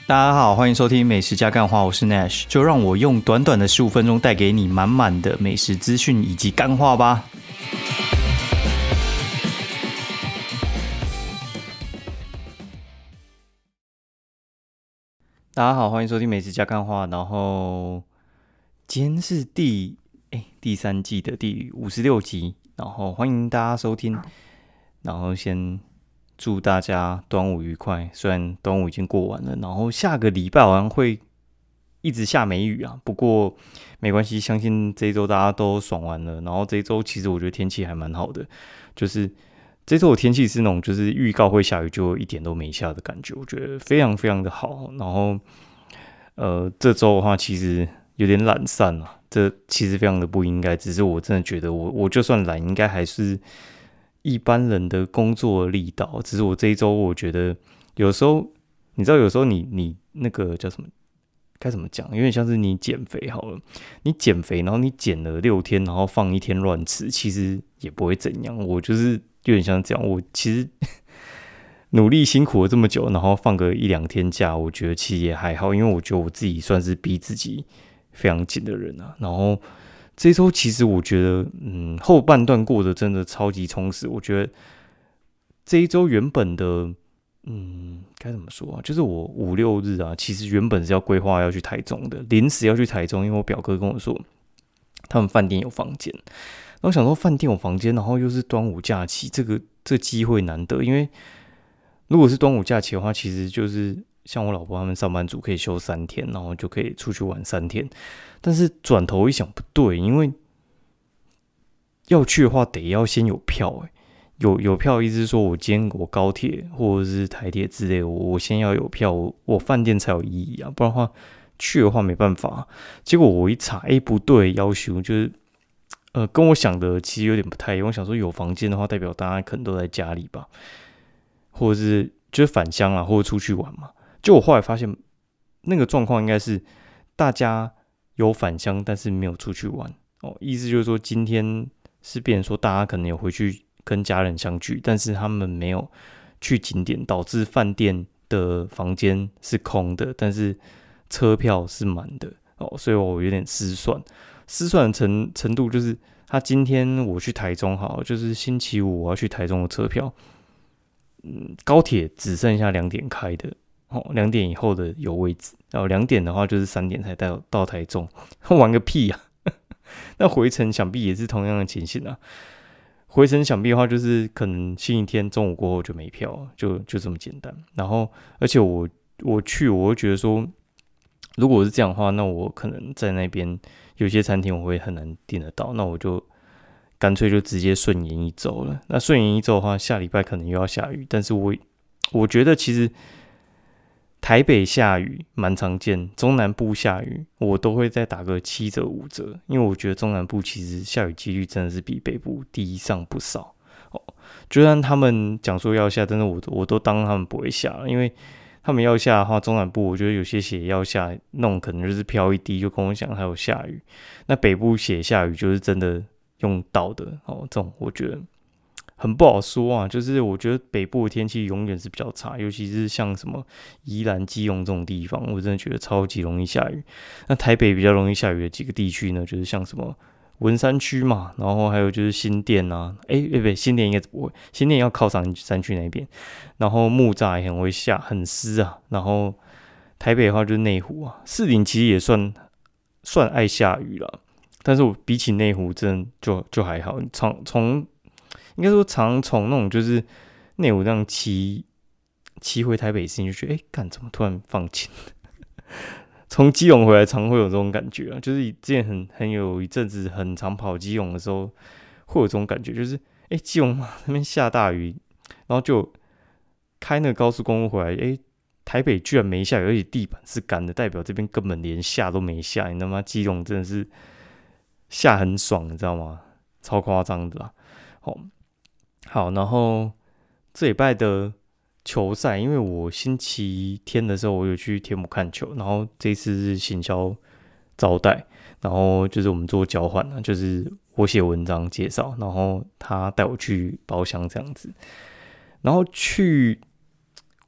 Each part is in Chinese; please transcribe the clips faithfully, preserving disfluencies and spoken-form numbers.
大家好，欢迎收听美食加干话，我是 Nash， 就让我用短短的十五分钟带给你满满的美食资讯以及干话吧。大家好，欢迎收听美食加干话，然后今天是第哎第三季的第五十六集，然后欢迎大家收听，然后先祝大家端午愉快。虽然端午已经过完了，然后下个礼拜好像会一直下梅雨啊，不过没关系，相信这一周大家都爽完了。然后这一周其实我觉得天气还蛮好的，就是这周的天气是那种就是预告会下雨就一点都没下的感觉，我觉得非常非常的好。然后呃这周的话其实有点懒散啊，这其实非常的不应该，只是我真的觉得我我就算懒，应该还是一般人的工作力道，只是我这一周我觉得有时候你知道，有时候你你那个叫什么？该怎么讲？有点像是你减肥好了，你减肥，然后你减了六天，然后放一天乱吃，其实也不会怎样。我就是有点像这样，我其实努力辛苦了这么久，然后放个一两天假，我觉得其实也还好，因为我觉得我自己算是逼自己非常紧的人啊。然后这一周其实我觉得，嗯，后半段过得真的超级充实。我觉得这一周原本的。嗯，该怎么说啊？就是我五六日啊，其实原本是要规划要去台中的，临时要去台中，因为我表哥跟我说，他们饭店有房间。然后想说饭店有房间，然后又是端午假期，这个这机会难得。因为如果是端午假期的话，其实就是像我老婆他们上班族可以休三天，然后就可以出去玩三天。但是转头一想，不对，因为要去的话，得要先有票哎、欸。有有票，意思是说我今天我高铁或者是台铁之类的，我我先要有票，我我饭店才有意义啊，不然的话去的话没办法。结果我一查，哎、欸、不对，要求就是呃跟我想的其实有点不太一样。我想说有房间的话，代表大家可能都在家里吧，或者是就是返乡啦，或者出去玩嘛。就我后来发现那个状况应该是大家有返乡，但是没有出去玩哦。意思就是说今天是变成说大家可能有回去跟家人相聚，但是他们没有去景点，导致饭店的房间是空的，但是车票是满的哦，所以我有点失算，失算的 程, 程度就是，他今天我去台中好，就是星期五我要去台中的车票，嗯，高铁只剩下两点开的哦，两点以后的有位置，然后两点的话就是三点才到到台中，玩个屁啊！那回程想必也是同样的情形啊。回程想必的话，就是可能星期天中午过后就没票，就就这么简单。然后，而且我我去，我会觉得说，如果是这样的话，那我可能在那边有些餐厅我会很难订得到，那我就干脆就直接顺延一周了。那顺延一周的话，下礼拜可能又要下雨，但是我我觉得其实台北下雨蛮常见，中南部下雨我都会再打个七折五折，因为我觉得中南部其实下雨几率真的是比北部低上不少哦。就算他们讲说要下，但是我我都当他们不会下了，因为他们要下的话，中南部我觉得有些写要下，那种可能就是飘一滴就跟我讲还有下雨。那北部写下雨就是真的用到的哦，这种我觉得很不好说啊，就是我觉得北部的天气永远是比较差，尤其是像什么宜兰、基隆这种地方，我真的觉得超级容易下雨。那台北比较容易下雨的几个地区呢，就是像什么文山区嘛，然后还有就是新店啊，哎、欸，不对，新店应该不会，新店要靠山山区那边，然后木栅也很会下，很湿啊。然后台北的话就是内湖啊，士林其实也算算爱下雨啦，但是我比起内湖真的就就还好，从从应该说常从那种就是内湖这样骑骑回台北市，你就觉得哎，干、欸、怎么突然放晴？从基隆回来常会有这种感觉啊，就是之前很很有一阵子很常跑基隆的时候，会有这种感觉，就是哎、欸、基隆那边下大雨，然后就开那个高速公路回来，哎、欸、台北居然没下雨，而且地板是干的，代表这边根本连下都没下，你他妈基隆真的是下很爽，你知道吗？超夸张的啦，好。好，然后这礼拜的球赛，因为我星期天的时候我有去天母看球，然后这次是行销招待，然后就是我们做交换啊，就是我写文章介绍，然后他带我去包厢这样子，然后去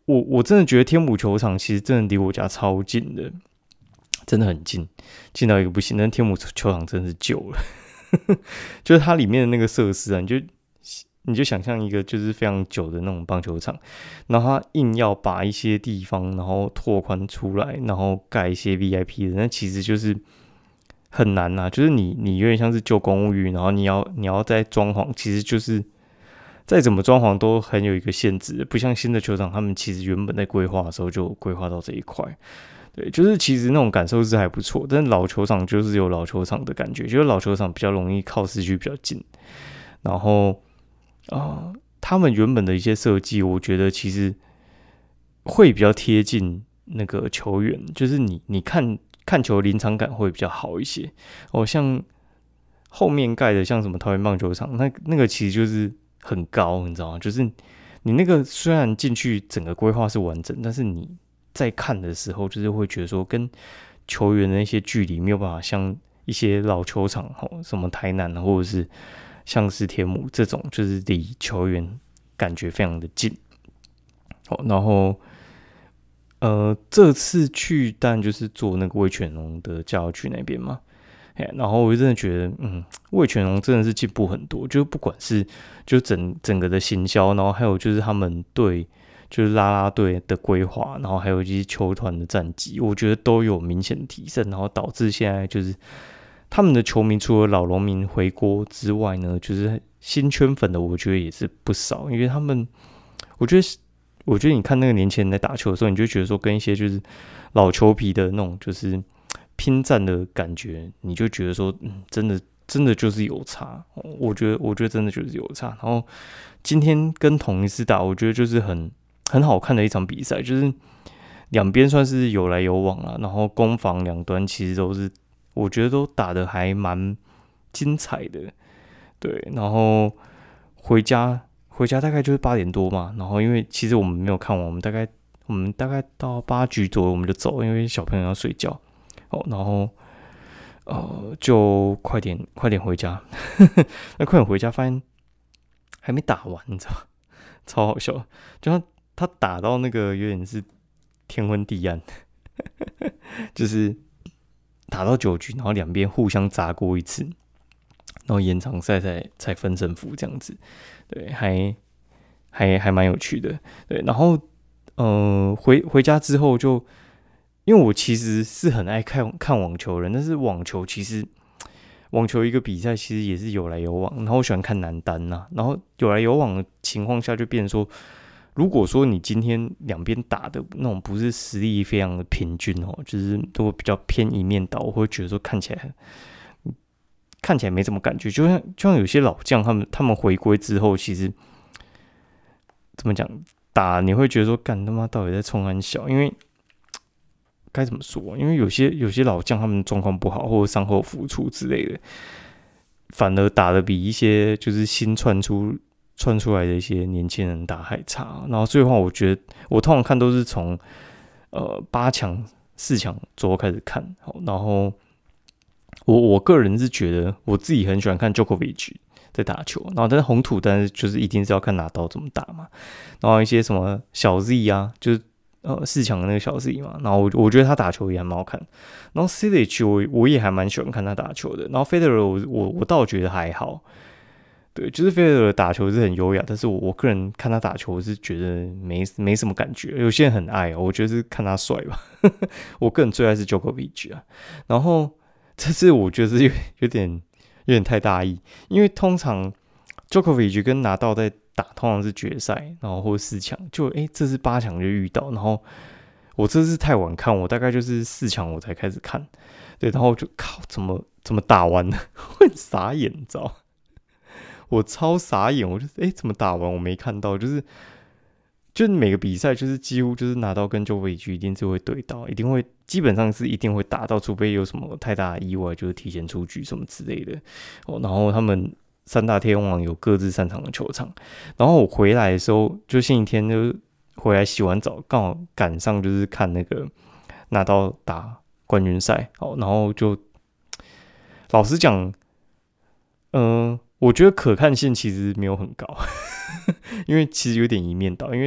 我我真的觉得天母球场其实真的离我家超近的，真的很近，近到一个不行。但天母球场真的是旧了，就是它里面的那个设施啊，你就你就想象一个就是非常久的那种棒球场，然后它硬要把一些地方然后拓宽出来，然后盖一些 V I P 的，那其实就是很难啊。就是你你有点像是旧公寓，然后你要你要再装潢，其实就是再怎么装潢都很有一个限制，不像新的球场，他们其实原本在规划的时候就规划到这一块。对，就是其实那种感受是还不错，但是老球场就是有老球场的感觉，就是老球场比较容易靠市区比较近，然后啊、呃，他们原本的一些设计，我觉得其实会比较贴近那个球员，就是你你看看球临场感会比较好一些。哦，像后面盖的像什么桃园棒球场，那那个其实就是很高，你知道吗？就是你那个虽然进去整个规划是完整，但是你在看的时候，就是会觉得说跟球员的那些距离没有办法像一些老球场，什么台南或者是像是天母这种，就是离球员感觉非常的近。然后呃，这次去当然就是做那个味全龙的教育区那边嘛。然后我就真的觉得，嗯，味全龙真的是进步很多，就不管是就整整个的行销，然后还有就是他们对就是啦啦队的规划，然后还有一些球团的战绩，我觉得都有明显的提升，然后导致现在就是他们的球迷除了老农民回锅之外呢，就是新圈粉的，我觉得也是不少，因为他们，我觉得，我觉得你看那个年轻人在打球的时候，你就觉得说跟一些就是老球皮的那种就是拼战的感觉，你就觉得说，嗯，真的真的就是有差，我觉得我觉得真的就是有差。然后今天跟同一次打，我觉得就是很很好看的一场比赛，就是两边算是有来有往啦，然后攻防两端其实都是我觉得都打得还蛮精彩的，对，然后回家回家大概就是八点多嘛，然后因为其实我们没有看完，我们大概我们大概到八局左右我们就走，因为小朋友要睡觉。哦，然后呃，就快点快点回家，那快点回家，发现还没打完，你知道吗？超好笑，就他他打到那个有点是天昏地暗，就是打到九局，然后两边互相砸过一次，然后延长赛才才分胜负这样子，对，还还还蛮有趣的，对，然后呃回回家之后就。因为我其实是很爱看看网球的人，但是网球其实网球一个比赛其实也是有来有往，然后我喜欢看男单呐、啊，然后有来有往的情况下就变成说，如果说你今天两边打的那种不是实力非常的平均哦，就是都比较偏一面倒，我会觉得说看起来看起来没什么感觉，就像就像有些老将他们他们回归之后，其实怎么讲打你会觉得说干他妈到底在冲三小，因为。该怎么说？因为有些有些老将他们状况不好，或者伤后复出之类的，反而打得比一些就是新窜出窜出来的一些年轻人打还差。然后所以的话，我觉得我通常看都是从呃八强、四强左右开始看。然后我我个人是觉得我自己很喜欢看 Djokovic 在打球，然后但是红土，但是就是一定是要看拿刀怎么打嘛。然后一些什么小 Z 啊，就是。呃，四强的那个小 Z 嘛，然后我我觉得他打球也还蛮好看。然后 Cilic 我我也还蛮喜欢看他打球的。然后 Federer 我我我倒觉得还好，对，就是 Federer 打球是很优雅，但是我我个人看他打球我是觉得没没什么感觉。有些人很爱、哦，我觉得是看他帅吧。我个人最爱是 Djokovic 啊。然后这次我觉得是有有点有点太大意，因为通常 Djokovic 跟拿到在打通常是决赛，然后或四强，就哎、欸，这是八强就遇到，然后我这次太晚看，我大概就是四强我才开始看，对，然后我就靠，怎么怎么打完了，我很傻眼，你知道？我超傻眼，我就哎、欸，怎么打完我没看到，就是就是每个比赛就是几乎就是拿到跟就位局一定是会对到，一定会基本上是一定会打到，除非有什么太大的意外，就是提前出局什么之类的哦，然后他们。三大天王有各自擅长的球场，然后我回来的时候，就星期天就回来洗完澡，刚好赶上就是看那个拿到打冠军赛，哦，然后就老实讲，嗯、呃，我觉得可看性其实没有很高，因为其实有点一面倒，因为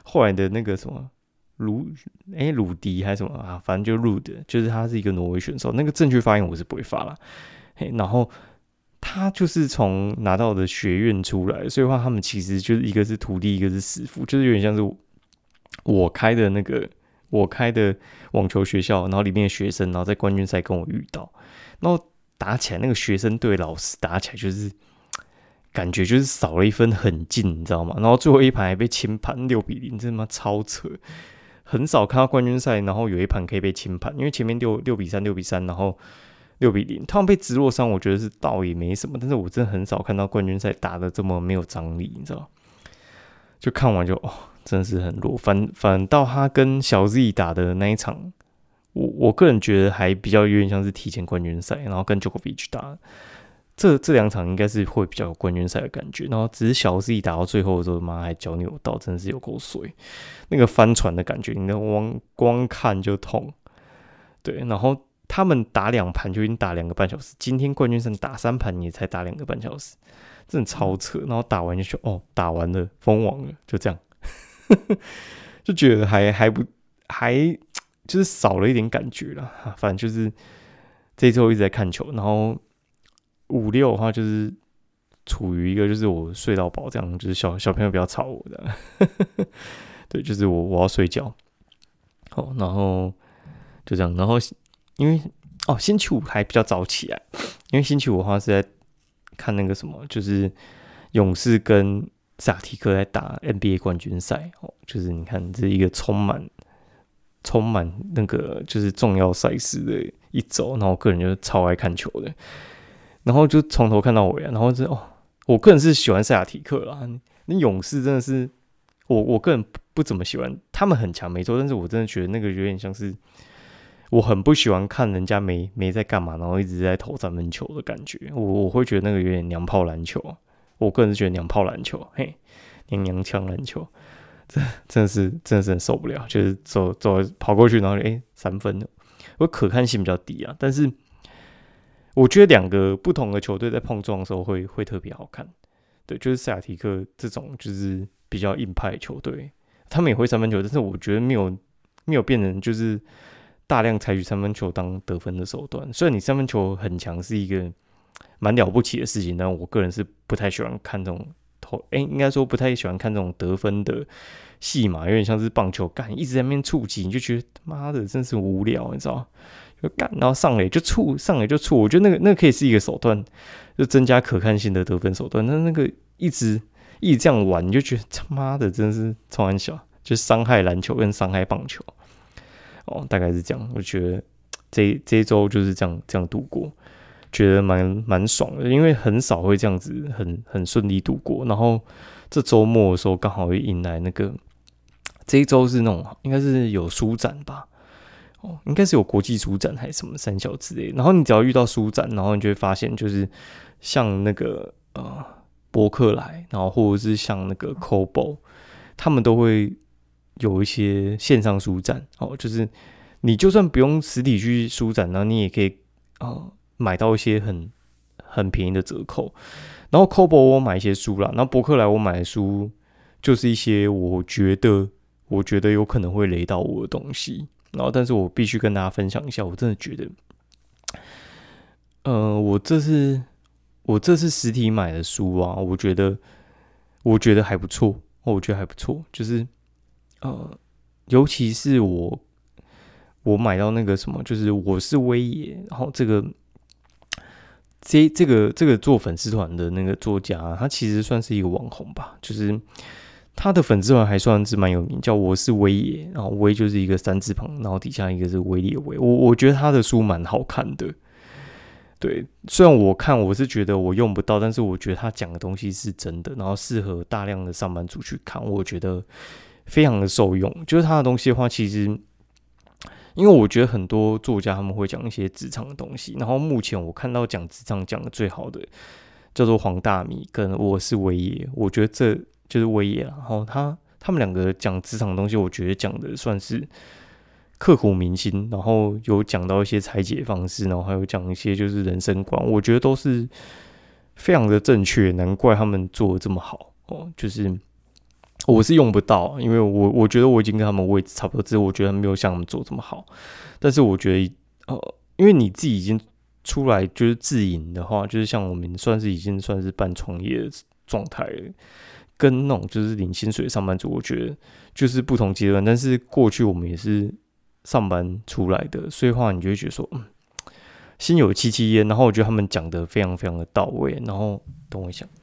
后来的那个什么鲁哎鲁迪还是什么啊，反正就 Ruud， 就是他是一个挪威选手，那个正确发音我是不会发啦。嘿，然后他就是从拿到的学院出来，所以话他们其实就是一个是徒弟，一个是师傅，就是有点像是我开的那个我开的网球学校，然后里面的学生，然后在冠军赛跟我遇到，然后打起来，那个学生对老师打起来就是感觉就是少了一分狠劲，你知道吗？然后最后一盘还被清盘六比零，真他妈超扯！很少看到冠军赛，然后有一盘可以被清盘，因为前面六六比三、六比三，然后六比零，他们被直落伤，我觉得是倒也没什么，但是我真的很少看到冠军赛打的这么没有张力，你知道？就看完就哦，真的是很弱。反反倒他跟小 Z 打的那一场，我我个人觉得还比较有点像是提前冠军赛，然后跟 Djokovic 打。这这两场应该是会比较有冠军赛的感觉，然后只是小 Z 打到最后的时候，妈还脚扭到，真的是有够水，那个翻船的感觉，你光光看就痛。对，然后他们打两盘就已经打两个半小时，今天冠军赛打三盘也才打两个半小时，真的超扯。然后打完就说哦，打完了，封王了，就这样，就觉得还还不还就是少了一点感觉啦。反正就是这一周一直在看球，然后。五六的话就是处于一个就是我睡到饱这样，就是小小朋友不要吵我的，对，就是我我要睡觉，哦，然后就这样，然后因为哦星期五还比较早起来，因为星期五的话是在看那个什么，就是勇士跟萨提克在打 N B A 冠军赛，哦，就是你看这是一个充满充满那个就是重要赛事的一周，然后我个人就超爱看球的。然后就从头看到尾啊，然后是哦，我个人是喜欢塞尔提克啦。那勇士真的是我我个人不怎么喜欢，他们很强没错，但是我真的觉得那个有点像是我很不喜欢看人家没没在干嘛，然后一直在投三分球的感觉。我我会觉得那个有点娘炮篮球，我个人是觉得娘炮篮球，嘿，娘娘腔篮球，这真的是真的是很受不了，就是走走跑过去，然后哎三分了，我可看性比较低啊，但是。我觉得两个不同的球队在碰撞的时候会会特别好看，对，就是塞尔提克这种就是比较硬派的球队，他们也会三分球，但是我觉得没有没有变成就是大量采取三分球当得分的手段。虽然你三分球很强是一个蛮了不起的事情，但我个人是不太喜欢看这种投，哎、欸，应该说不太喜欢看这种得分的戏码，有点像是棒球干一直在那边触及，你就觉得妈的真是无聊，你知道？就干，然后上垒就触，上垒就触。我觉得那个那个可以是一个手段，就增加可看性的得分手段。但那个一直一直这样玩，你就觉得他妈的真的是超很小，就伤害篮球跟伤害棒球。哦，大概是这样。我觉得这这一周就是这样这样度过，觉得蛮蛮爽的，因为很少会这样子很很顺利度过。然后这周末的时候刚好会迎来那个这一周是那种应该是有书展吧。哦，应该是有国际书展还是什么三小之类的。然后你只要遇到书展，然后你就会发现，就是像那个呃伯克莱，然后或者是像那个 Kobo， 他们都会有一些线上书展。哦，就是你就算不用实体去书展，然后你也可以呃买到一些很很便宜的折扣。然后 Kobo 我买一些书啦，然后伯克莱我买的书就是一些我觉得我觉得有可能会雷到我的东西。然后，但是我必须跟大家分享一下，我真的觉得，呃，我这次我这次实体买的书啊，我觉得我觉得还不错，我觉得还不错，就是呃，尤其是我我买到那个什么，就是我是威爷，然后这个这这个这个做粉丝团的那个作家，他其实算是一个网红吧，就是。他的粉丝团还算是蛮有名，叫我是威爷，然后威就是一个三字旁，然后底下一个是威力的威。我我觉得他的书蛮好看的，对，虽然我看我是觉得我用不到，但是我觉得他讲的东西是真的，然后适合大量的上班族去看，我觉得非常的受用。就是他的东西的话，其实因为我觉得很多作家他们会讲一些职场的东西，然后目前我看到讲职场讲的最好的叫做黄大米跟我是威爷，我觉得这。就是威爷啦，然后他他们两个讲职场的东西，我觉得讲的算是刻骨铭心，然后有讲到一些拆解方式，然后还有讲一些就是人生观，我觉得都是非常的正确，难怪他们做的这么好哦。就是我是用不到，因为我我觉得我已经跟他们位置差不多，只是我觉得没有像他们做这么好。但是我觉得，呃，因为你自己已经出来就是自营的话，就是像我们算是已经算是半创业的状态了，跟那种就是领薪水的上班族，我觉得就是不同阶段。但是过去我们也是上班出来的，所以的话你就会觉得说，嗯，心有戚戚焉。然后我觉得他们讲的非常非常的到位。然后等我一下。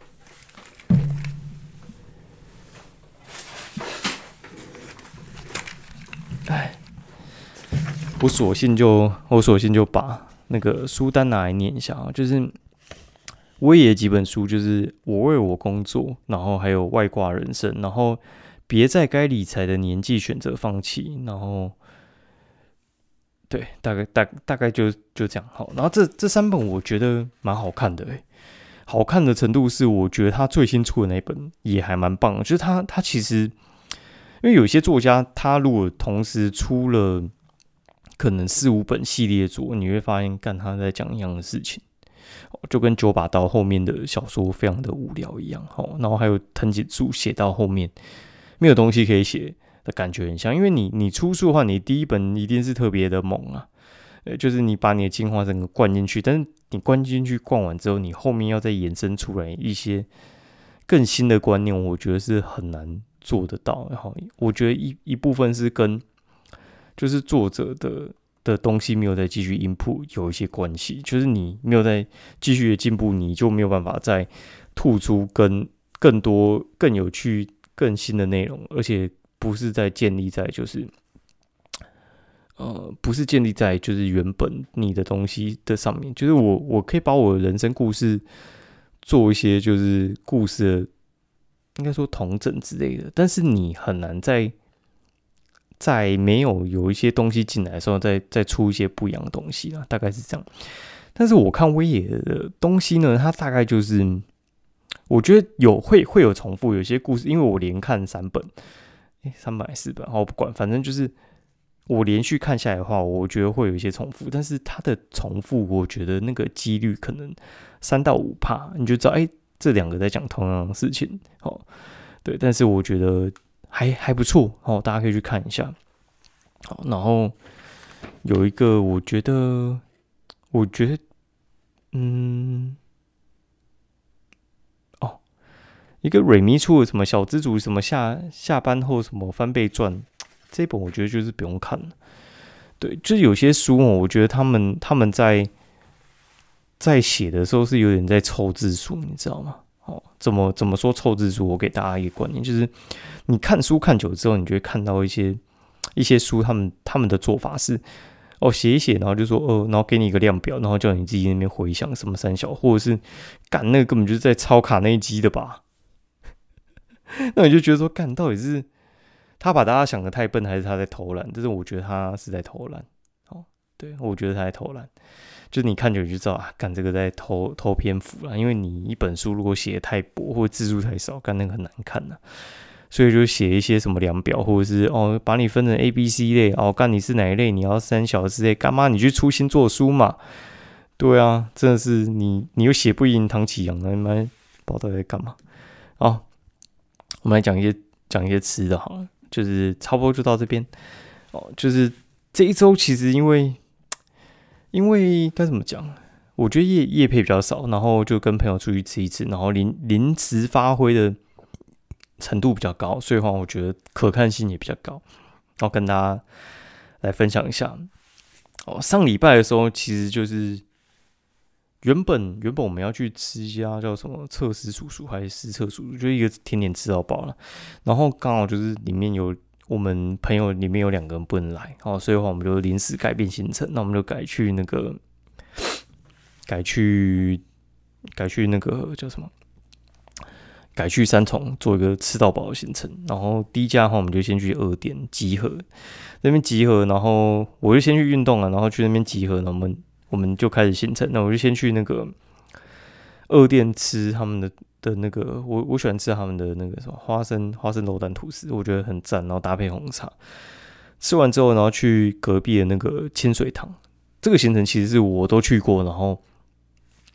哎，我索性就我索性就把那个书单拿来念一下啊，就是我也几本书，就是我为我工作，然后还有外挂人生，然后别在该理财的年纪选择放弃，然后对，大概大大概就就这样好。然后这这三本我觉得蛮好看的，欸，好看的程度是我觉得他最新出的那一本也还蛮棒的，就是他他其实因为有些作家他如果同时出了可能四五本系列作，你会发现干他在讲一样的事情。就跟九把刀后面的小说非常的无聊一样，然后还有藤井树写到后面没有东西可以写的感觉很像，因为你你出书的话，你第一本一定是特别的猛啊，就是你把你的精华整个灌进去，但是你灌进去灌完之后，你后面要再衍生出来一些更新的观念，我觉得是很难做得到。然后我觉得一一部分是跟就是作者的。的东西没有再继续 input 有一些关系，就是你没有再继续的进步，你就没有办法再吐出更更多、更有趣、更新的内容，而且不是在建立在就是呃，不是建立在就是原本你的东西的上面。就是我我可以把我的人生故事做一些就是故事的应该说统整之类的，但是你很难在。在没有有一些东西进来的时候再，再出一些不一样的东西啦，大概是这样。但是我看威野的东西呢，它大概就是，我觉得有会会有重复，有些故事，因为我连看三本，哎，三本还是四本，好不管，反正就是我连续看下来的话，我觉得会有一些重复，但是它的重复，我觉得那个几率可能三到五趴，你就知道，哎，这两个在讲同样的事情，哦，对，但是我觉得。还还不错哦，大家可以去看一下。好，然后有一个，我觉得，我觉得，嗯，哦，一个瑞咪出的什么小资族什么下下班后什么翻倍赚，这一本我觉得就是不用看了。对，就是有些书哦，我觉得他们他们在在写的时候是有点在凑字数，你知道吗？哦，怎么怎么说凑字数？我给大家一个观念，就是你看书看久之后，你就会看到一些一些书，他们他们的做法是哦写一写，然后就说哦，然后给你一个量表，然后叫你自己那边回想什么三小，或者是干那个根本就是在抄卡内基的吧？那你就觉得说干到底是他把大家想的太笨，还是他在偷懒？但是我觉得他是在偷懒。哦，对，我觉得他在偷懒。就是你看久就知道啊，干这个在偷偷篇幅啦，因为你一本书如果写的太薄或者字数太少，干那个很难看呐、啊。所以就写一些什么量表，或者是哦把你分成 A、B、C 类，哦干你是哪一类，你要三小之类，干嘛你去出新作书嘛？对啊，真的是你你又写不赢唐启阳，那你们不知道到底在干嘛？好，我们来讲一些讲一些吃的好了，就是差不多就到这边哦。就是这一周其实因为。因为该怎么讲？我觉得业业配比较少，然后就跟朋友出去吃一次，然后临临时发挥的程度比较高，所以话我觉得可看性也比较高。然后跟大家来分享一下。哦，上礼拜的时候其实就是原本原本我们要去吃一家叫什么测试叔叔还是试测叔叔，就一个甜点吃到饱了。然后刚好就是里面有。我们朋友里面有两个人不能来，哦，所以的话我们就临时改变行程，那我们就改去那个，改去改去那个叫什么？改去三重做一个吃到饱的行程。然后第一家的话，我们就先去二店集合，那边集合，然后我就先去运动了，然后去那边集合，然后我们我们就开始行程。那我就先去那个二店吃他们的。的那个，我我喜欢吃他们的那个什么花生花生肉蛋吐司，我觉得很赞，然后搭配红茶。吃完之后，然后去隔壁的那个清水堂。这个行程其实是我都去过，然后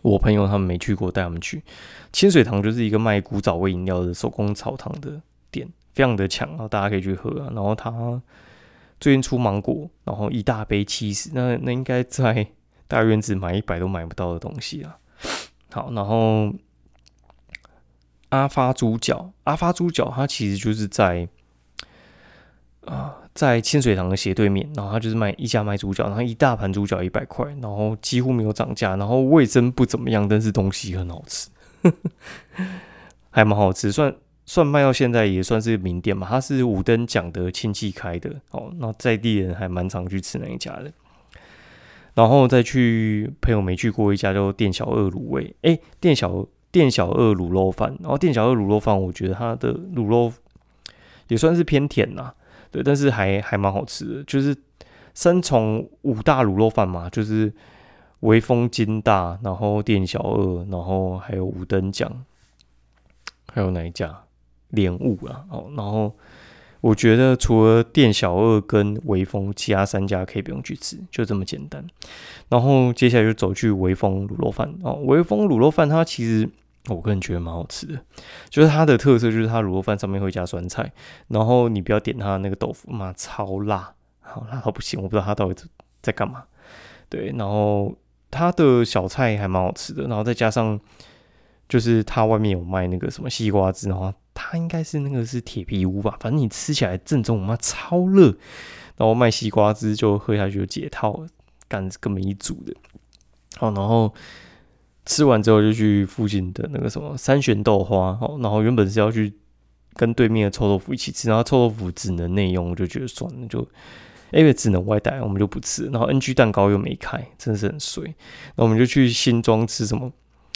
我朋友他们没去过，带他们去。清水堂就是一个卖古早味饮料的手工草堂的店，非常的强啊，大家可以去喝啊。然后他最近出芒果，然后一大杯七十，那那应该在大院子买一百都买不到的东西啊。好，然后阿发猪脚，阿发猪脚它其实就是在啊、呃，在清水堂的斜对面，然后它就是卖一家卖猪脚，然后一大盘猪脚一百块，然后几乎没有涨价，然后味噌不怎么样，但是东西很好吃，还蛮好吃，算算卖到现在也算是名店嘛。它是五灯奖的亲戚开的，哦，那在地人还蛮常去吃那一家的。然后再去朋友没去过一家叫店小二卤味，哎，店小店小二卤肉饭，然后店小二卤肉饭，我觉得它的卤肉也算是偏甜啦，对，但是还还蛮好吃的。就是三重五大卤肉饭嘛，就是微风金大，然后店小二，然后还有五灯奖，还有哪一家莲雾啦，哦，然后。我觉得除了店小二跟微风，其他三家可以不用去吃，就这么简单。然后接下来就走去微风卤肉饭哦，微风卤肉饭它其实我个人觉得蛮好吃的，就是它的特色就是它卤肉饭上面会加酸菜，然后你不要点它的那个豆腐，妈超辣，好辣到不行，我不知道它到底在干嘛。对，然后它的小菜还蛮好吃的，然后再加上就是它外面有卖那个什么西瓜汁，然后。它应该是那个是铁皮屋吧，反正你吃起来正宗，妈超热，然后卖西瓜汁就喝下去就解套了，干根本一煮的。好，然后吃完之后就去附近的那个什么三玄豆花，然后原本是要去跟对面的臭豆腐一起吃，然后臭豆腐只能内用，我就觉得算了，就因为只能外带，我们就不吃。然后 N G 蛋糕又没开，真的是很衰。那我们就去新庄吃什么？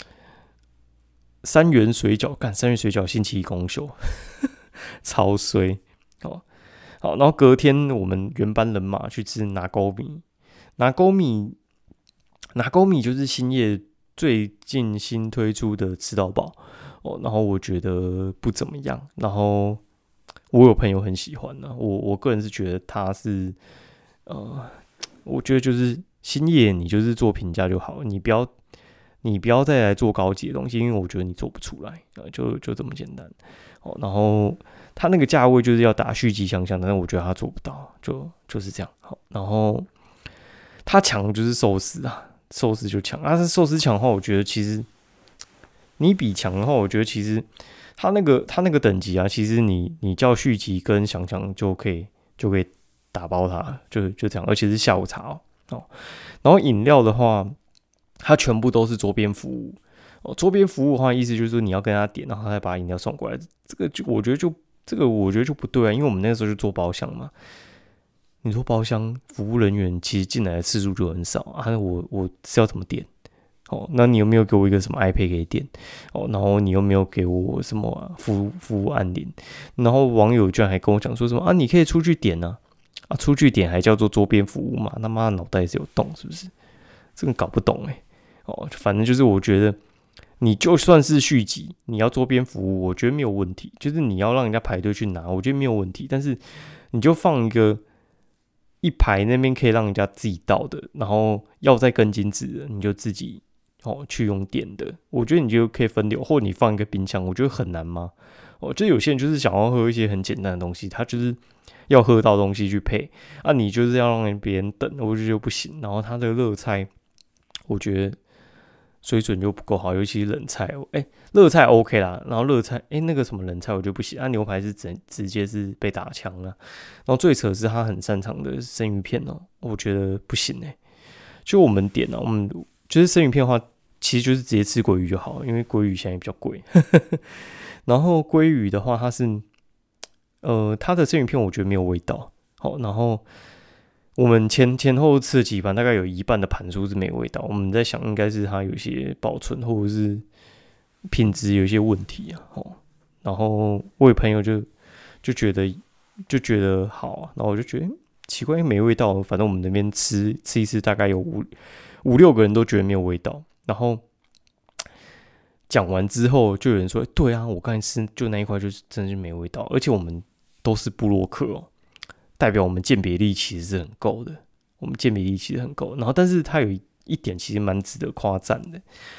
三元水饺，干三元水饺星期一公休，超衰。好，好，然后隔天我们原班人马去吃拿钩米，拿钩米，拿钩米就是兴业最近新推出的吃到饱哦，然后我觉得不怎么样，然后我有朋友很喜欢呢，我我个人是觉得他是，呃，我觉得就是兴业你就是做评价就好，你不要。你不要再来做高级的东西，因为我觉得你做不出来，就就这么简单。哦，然后他那个价位就是要打续集香香，但是我觉得他做不到，就就是这样。好，然后他强就是寿司啊，寿司就强。但是寿司强的话，我觉得其实你比强的话，我觉得其实他那个他那个等级啊，其实你你叫续集跟香香就可以就可以打包它，就就这样，而且是下午茶哦。哦，然后饮料的话。它全部都是桌边服务哦，桌边服务的话，意思就是说你要跟他点，然后他再把饮料送过来。这个就我觉得就这个我觉得就不对啊，因为我们那个时候就做包厢嘛。你说包厢服务人员其实进来的次数就很少啊，我我是要怎么点？哦，那你有没有给我一个什么 iPad 可以点？哦，然后你有没有给我什么、啊、服务服务按钮？然后网友居然还跟我讲说什么啊，你可以出去点啊，啊出去点还叫做桌边服务嘛？他妈脑袋是有洞是不是？这个搞不懂哎、欸。哦，反正就是我觉得，你就算是续集，你要桌边服务，我觉得没有问题。就是你要让人家排队去拿，我觉得没有问题。但是你就放一个一排那边可以让人家自己倒的，然后要再更精致的，你就自己哦去用点的。我觉得你就可以分流，或者你放一个冰箱，我觉得很难吗？哦，就有些人就是想要喝一些很简单的东西，他就是要喝到东西去配啊，你就是要让别人等，我就觉得不行。然后他的热菜，我觉得。水准就不够好，尤其是冷菜，哎、欸，热菜 OK 啦，然后热菜，哎、欸，那个什么冷菜我就不行，啊，牛排是直直接是被打枪了，然后最扯的是他很擅长的生鱼片哦，我觉得不行哎、欸，就我们点啊，我们就是生鱼片的话，其实就是直接吃鲑鱼就好，因为鲑鱼现在比较贵，然后鲑鱼的话，它是，呃，它的生鱼片我觉得没有味道，好，然后。我们前前后吃了几盘，大概有一半的盘数是没味道。我们在想，应该是它有一些保存或者是品质有一些问题啊。哦，然后我有朋友就就觉得就觉得好啊，然后我就觉得奇怪，没味道。反正我们那边吃吃一次，大概有五五六个人都觉得没有味道。然后讲完之后，就有人说：“对啊，我刚才吃就那一块，就是真的是没味道。”而且我们都是部落客哦。代表我们鉴别力其实是很够的，我们鉴别力其实很够。然后，但是它有一点其实蛮值得夸赞的，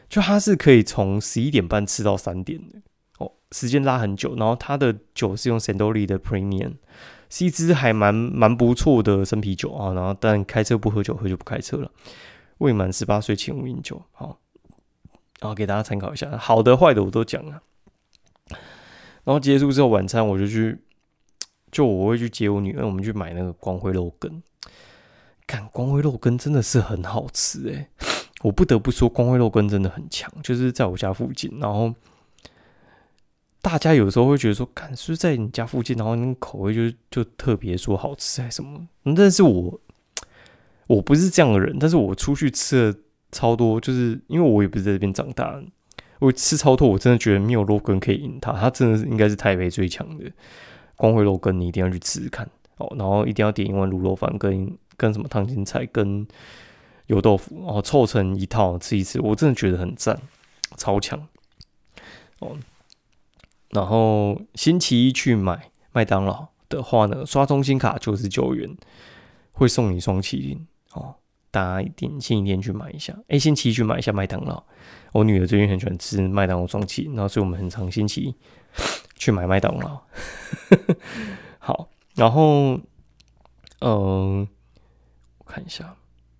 就它是可以从十一点半吃到三点的哦，时间拉很久。然后它的酒是用 Sandori 的 Premium， 是一支还蛮蛮不错的生啤酒啊。然后但开车不喝酒，喝就不开车了。未满十八岁请勿饮酒。好，然后给大家参考一下，好的坏的我都讲了。然后结束之后晚餐我就去，就我会去接我女儿，我们去买那个光辉肉羹。干光辉肉羹真的是很好吃哎、欸，我不得不说光辉肉羹真的很强，就是在我家附近。然后大家有时候会觉得说，干是不是在你家附近，然后那个口味就就特别说好吃还是什么？但是我我不是这样的人，但是我出去吃了超多，就是因为我也不是在这边长大的，我吃超多，我真的觉得没有肉羹可以赢它，它真的是应该是台北最强的光辉肉羹，你一定要去吃吃看哦。然后一定要点一碗卤肉饭跟。跟什么烫青菜跟油豆腐哦，凑成一套吃一吃，我真的觉得很赞，超强哦。然后星期一去买麦当劳的话呢，刷中心卡九十九元会送你双麒麟哦，大家一定星期天去买一下。哎、欸，星期一去买一下麦当劳，我女儿最近很喜欢吃麦当劳双麒麟，然后所以我们很常星期一去买麦当劳。好，然后嗯。呃看一下，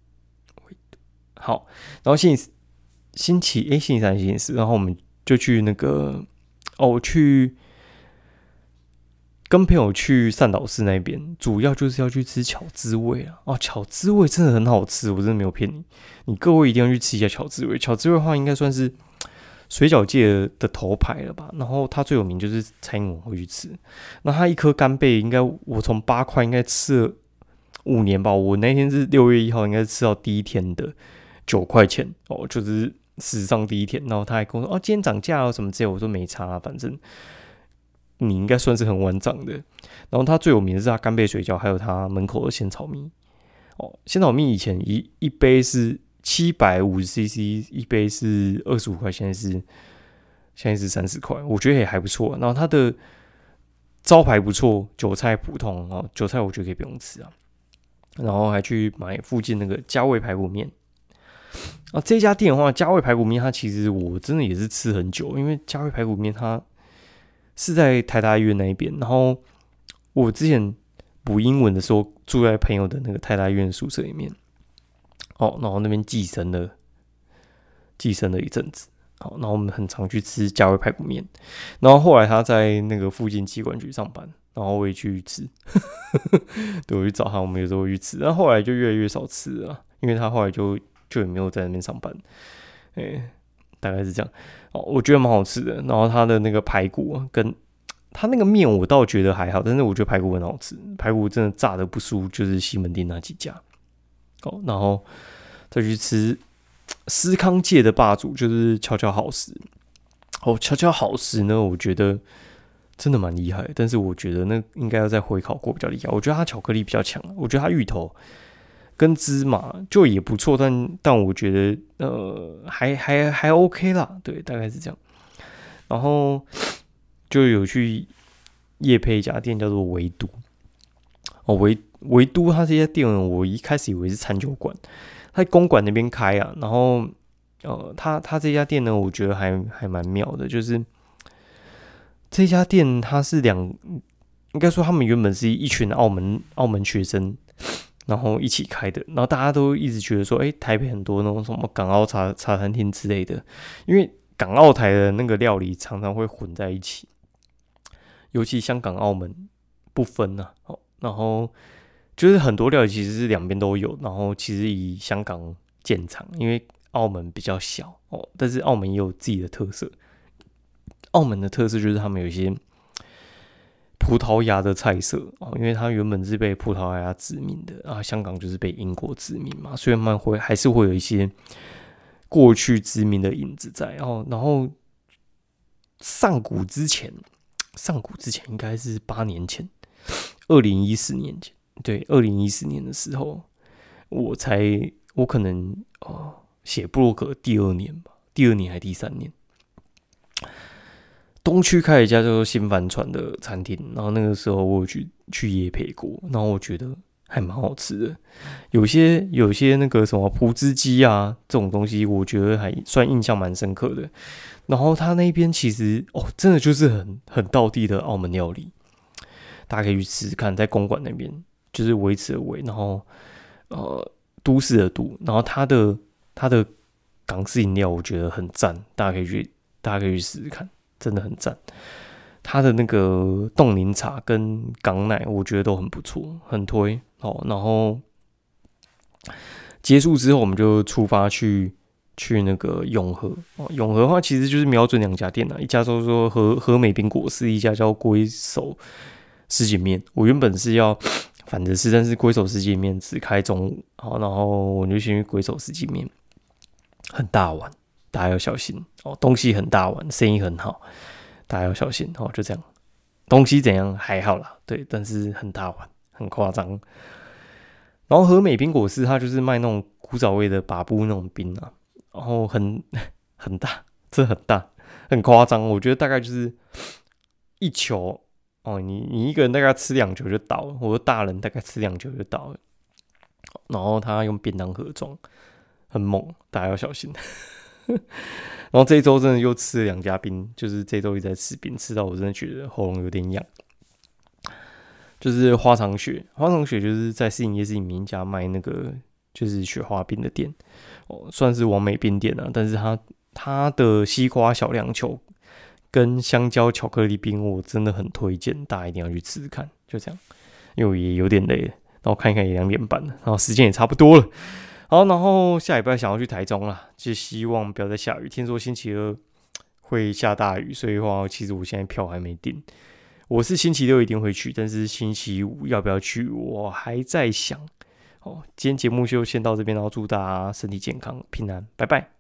好，然后星期星期哎、欸，星期三、星期四，然后我们就去那个哦，去跟朋友去善导寺那边，主要就是要去吃巧滋味啊。哦，巧滋味真的很好吃，我真的没有骗你，你各位一定要去吃一下巧滋味。巧滋味的话，应该算是水饺界的头牌了吧？然后它最有名就是蔡英文会去吃，那它一颗干贝，应该我从八块应该吃了。五年吧，我那天是六月一号，应该是吃到第一天的九块钱哦，就是史上第一天。然后他还跟我说：“哦，今天涨价了什么之类。”我说没差、啊，反正你应该算是很晚涨的。然后他最有名的是他干贝水饺，还有他门口的仙草蜜哦。仙草蜜以前一一杯是七百五十 C C， 一杯是二十五块，现在是现在是三十块，我觉得也还不错。然后他的招牌不错，韭菜普通哦，韭菜我觉得可以不用吃啊。然后还去买附近那个家味排骨面啊，这家店的话，家味排骨面它其实我真的也是吃很久，因为家味排骨面它是在台大医院那一边，然后我之前补英文的时候住在朋友的那个台大医院宿舍里面，哦，然后那边寄生了寄生了一阵子，好，然后我们很常去吃家味排骨面，然后后来他在那个附近疾管局上班。然后我也去吃，对，我去找他，我们有时候会去吃，但后来就越来越少吃了，因为他后来就就也没有在那边上班，哎、欸，大概是这样。哦，我觉得蛮好吃的。然后他的那个排骨跟他那个面，我倒觉得还好，但是我觉得排骨很好吃，排骨真的炸的不输就是西门町那几家。哦，然后再去吃司康界的霸主，就是悄悄好食。哦，悄悄好食呢，我觉得。真的蛮厉害，但是我觉得那应该要再回烤过比较厉害。我觉得它巧克力比较强，我觉得它芋头跟芝麻就也不错，但但我觉得呃还还还 OK 啦，对，大概是这样。然后就有去业配一家店叫做维都哦，维维都它这家店我一开始以为是餐酒馆，它在公馆那边开啊。然后呃，它它这家店呢，我觉得还还蛮妙的，就是。这家店它是两，应该说他们原本是一群澳门澳门学生，然后一起开的，然后大家都一直觉得说，哎、欸，台北很多那种什么港澳茶茶餐厅之类的，因为港澳台的那个料理常常会混在一起，尤其香港澳门不分啊，哦，然后就是很多料理其实是两边都有，然后其实以香港见长，因为澳门比较小哦，但是澳门也有自己的特色。澳门的特色就是他们有一些葡萄牙的菜色哦，因为它原本是被葡萄牙殖民的啊，香港就是被英国殖民嘛，所以他们会还是会有一些过去殖民的影子在。哦，然后上古之前，上古之前应该是八年前，二零一四年前，对，二零一四年的时候，我才我可能哦写部落格第二年吧，第二年还第三年。东区开了一家叫做新帆船的餐厅，然后那个时候我有去去业配过，然后我觉得还蛮好吃的。有些有些那个什么葡汁鸡啊这种东西，我觉得还算印象蛮深刻的。然后他那边其实哦，真的就是很很道地的澳门料理，大家可以去吃吃看，在公馆那边就是维持的维，然后呃都市的都，然后它的它的港式饮料我觉得很赞，大家可以去大家可以去试试看，真的很赞。它的那个冻柠茶跟港奶，我觉得都很不错，很推哦。然后结束之后，我们就出发去去那个永和哦。永和的话，其实就是瞄准两家店啊，一家叫做和和美冰果室，一家叫龟手什锦面。我原本是要反着吃，但是龟手什锦面只开中午，好，然后我就先去龟手什锦面，很大碗，大家要小心哦。东西很大碗，生意很好。大家要小心哦，就这样。东西怎样还好啦，对，但是很大碗，很夸张。然后和美冰果室它就是卖那种古早味的把布那种冰啊，然后很很大，这很大，很夸张。我觉得大概就是一球哦，你你一个人大概吃两球就倒了，我的大人大概吃两球就倒了。然后他用便当盒装，很猛，大家要小心。然后这一周真的又吃了两家冰，就是这一周一直在吃冰，吃到我真的觉得喉咙有点痒。就是花长雪，花长雪就是在市营夜市里面一家卖那个就是雪花冰的店，哦，算是完美冰店啊。但是它它的西瓜小亮球跟香蕉巧克力冰，我真的很推荐，大家一定要去吃吃看。就这样，因为我也有点累了，然后看一看也两点半了，然后时间也差不多了。好，然后下礼拜想要去台中啦，就希望不要再下雨。听说星期二会下大雨，所以的话，其实我现在票还没订。我是星期六一定会去，但是星期五要不要去，我还在想。哦，今天节目就先到这边，然后祝大家身体健康、平安，拜拜。